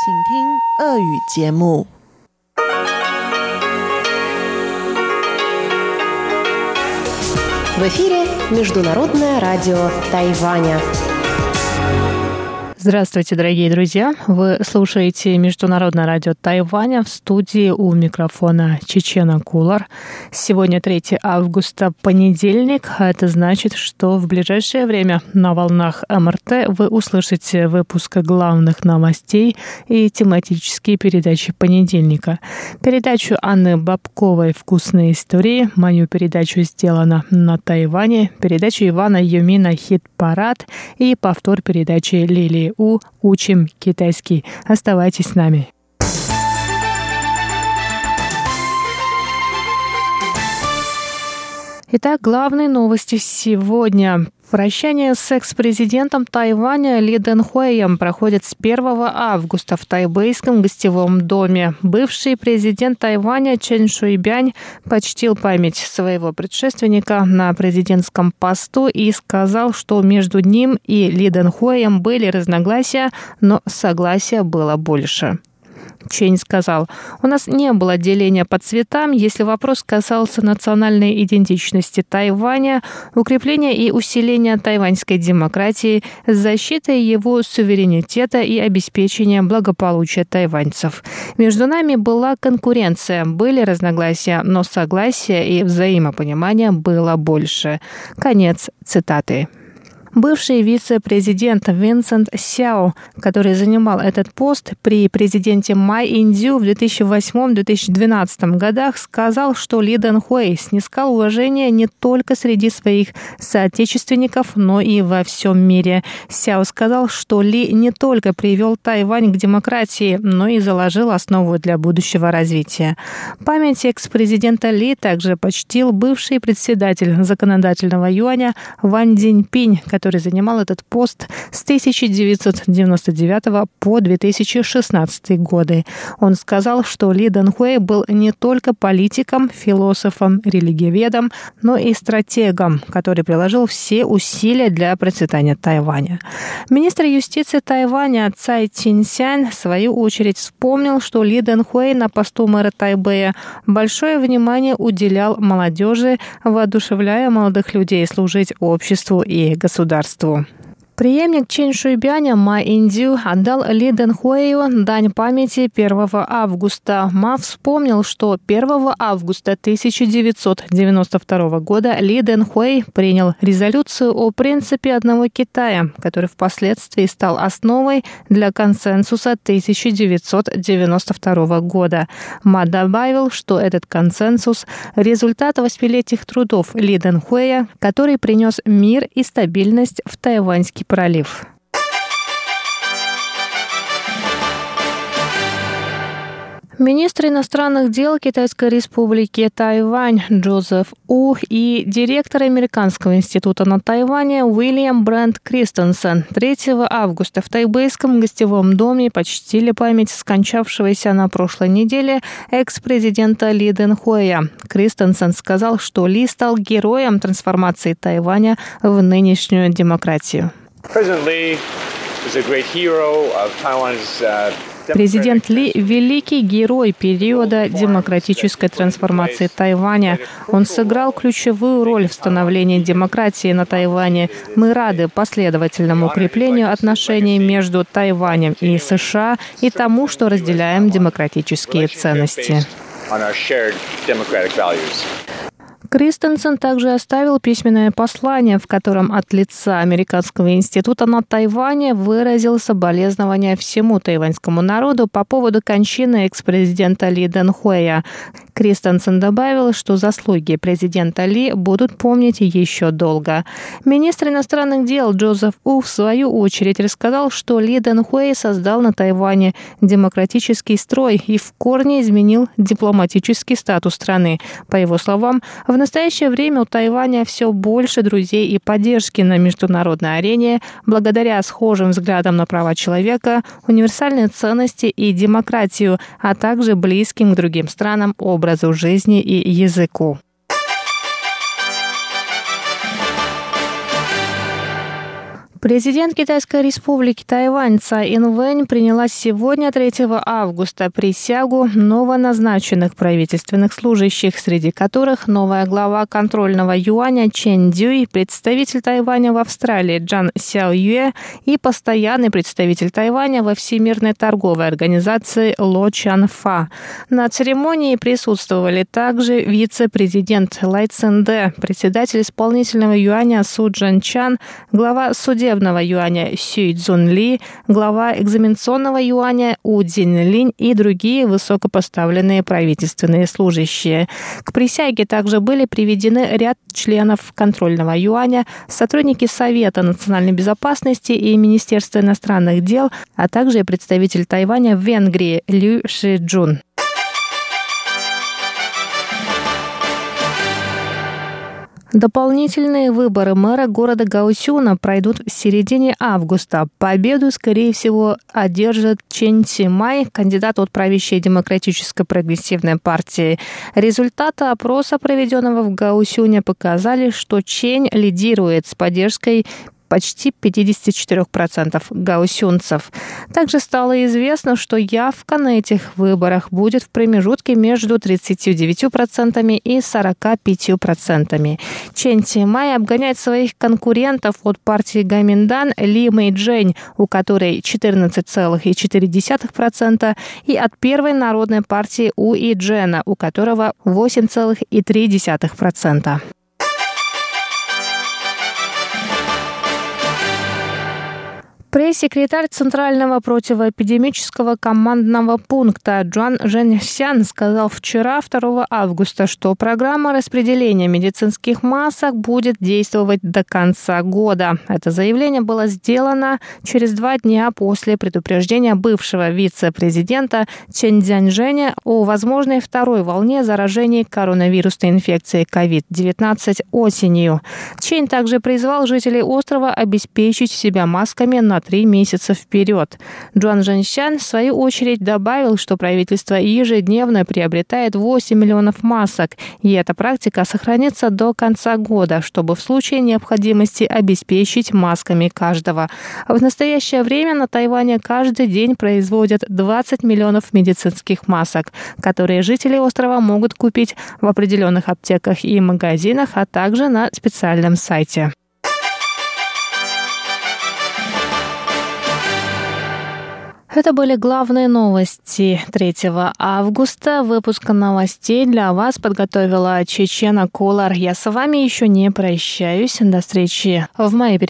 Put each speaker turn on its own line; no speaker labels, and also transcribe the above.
请听俄语节目。
В эфире Международное радио Тайваня.
Здравствуйте, дорогие друзья! Вы слушаете Международное радио Тайваня. В студии у микрофона Чечена Кулар. Сегодня 3 августа, понедельник. А это значит, что в ближайшее время на волнах МРТ вы услышите выпуск главных новостей и тематические передачи понедельника. Передачу Анны Бабковой «Вкусные истории», мою передачу «Сделано на Тайване», передачу Ивана Юмина «Хит-парад» и повтор передачи Лилии «Учим китайский». Оставайтесь с нами. Итак, главные новости сегодня. Прощание с экс-президентом Тайваня Ли Дэнхуэем проходит с 1 августа в тайбэйском гостевом доме. Бывший президент Тайваня Чен Шуйбянь почтил память своего предшественника на президентском посту и сказал, что между ним и Ли Дэнхуэем были разногласия, но согласия было больше. Чен сказал: «У нас не было деления по цветам, если вопрос касался национальной идентичности Тайваня, укрепления и усиления тайваньской демократии, защиты его суверенитета и обеспечения благополучия тайваньцев. Между нами была конкуренция, были разногласия, но согласия и взаимопонимания было больше». Конец цитаты. Бывший вице-президент Винсент Сяо, который занимал этот пост при президенте Май Ин-дзю в 2008-2012 годах, сказал, что Ли Дэнхуэй снискал уважение не только среди своих соотечественников, но и во всем мире. Сяо сказал, что Ли не только привел Тайвань к демократии, но и заложил основу для будущего развития. Память экс-президента Ли также почтил бывший председатель законодательного юаня Ван Цзиньпинь, который занимал этот пост с 1999 по 2016 годы. Он сказал, что Ли Дэнхуэй был не только политиком, философом, религиоведом, но и стратегом, который приложил все усилия для процветания Тайваня. Министр юстиции Тайваня Цай Цинсянь в свою очередь вспомнил, что Ли Дэнхуэй на посту мэра Тайбэя большое внимание уделял молодежи, воодушевляя молодых людей служить обществу и государству. Преемник Чен Шуйбяня Ма Ин-дзю отдал Ли Дэнхуэю дань памяти 1 августа. Ма вспомнил, что 1 августа 1992 года Ли Дэнхуэй принял резолюцию о принципе одного Китая, который впоследствии стал основой для консенсуса 1992 года. Ма добавил, что этот консенсус – результат 8-летних трудов Ли Дэнхуэя, который принес мир и стабильность в Тайваньский пролив. Министр иностранных дел Китайской республики Тайвань Джозеф У и директор Американского института на Тайване Уильям Брент Кристенсен 3 августа в тайбэйском гостевом доме почтили память скончавшегося на прошлой неделе экс-президента Ли Дэнхуэя. Кристенсен сказал, что Ли стал героем трансформации Тайваня в нынешнюю демократию. Президент Ли – великий герой периода демократической трансформации Тайваня. Он сыграл ключевую роль в становлении демократии на Тайване. Мы рады последовательному укреплению отношений между Тайванем и США и тому, что разделяем демократические ценности. Кристенсен также оставил письменное послание, в котором от лица Американского института на Тайване выразил соболезнования всему тайваньскому народу по поводу кончины экс-президента Ли Дэнхуэя. Кристенсен добавил, что заслуги президента Ли будут помнить еще долго. Министр иностранных дел Джозеф У в свою очередь рассказал, что Ли Дэнхуэй создал на Тайване демократический строй и в корне изменил дипломатический статус страны. По его словам, в настоящее время у Тайваня все больше друзей и поддержки на международной арене благодаря схожим взглядам на права человека, универсальные ценности и демократию, а также близким к другим странам образу жизни и языку. Президент Китайской республики Тайвань Цай Ин-вэнь приняла сегодня, 3 августа, присягу новоназначенных правительственных служащих, среди которых новая глава контрольного юаня Чен Дюй, представитель Тайваня в Австралии Джан Сяоюэ и постоянный представитель Тайваня во Всемирной торговой организации Ло Чан Фа. На церемонии присутствовали также вице-президент Лай Цинде, председатель исполнительного юаня Су Джан Чан, глава судебного юаня Сюй Цзун Ли, глава экзаменационного юаня У Цзин Линь и другие высокопоставленные правительственные служащие. К присяге также были приведены ряд членов контрольного юаня, сотрудники Совета национальной безопасности и Министерства иностранных дел, а также представитель Тайваня в Венгрии Лю Шиджун. Дополнительные выборы мэра города Гаосюна пройдут в середине августа. Победу, скорее всего, одержит Чен Цимай, кандидат от правящей демократической прогрессивной партии. Результаты опроса, проведенного в Гаосюне, показали, что Чен лидирует с поддержкой почти 54% гаосюнцев. Также стало известно, что явка на этих выборах будет в промежутке между 39% и 45%. Чен Цимай обгоняет своих конкурентов от партии Гаминдан Ли Мэйчжэнь, у которой 14,4%, и от первой народной партии У Иджена, у которого 8,3%. Пресс-секретарь Центрального противоэпидемического командного пункта Джуан Жэньсян сказал вчера, 2 августа, что программа распределения медицинских масок будет действовать до конца года. Это заявление было сделано через 2 дня после предупреждения бывшего вице-президента Чен Цзяньжэня о возможной второй волне заражения коронавирусной инфекцией COVID-19 осенью. Чен также призвал жителей острова обеспечить себя масками на 3 месяца вперед. Джуан Жэньсян, в свою очередь, добавил, что правительство ежедневно приобретает 8 миллионов масок, и эта практика сохранится до конца года, чтобы в случае необходимости обеспечить масками каждого. В настоящее время на Тайване каждый день производят 20 миллионов медицинских масок, которые жители острова могут купить в определенных аптеках и магазинах, а также на специальном сайте. Это были главные новости 3 августа. Выпуск новостей для вас подготовила Чечена Кулар. Я с вами еще не прощаюсь. До встречи в моей передаче.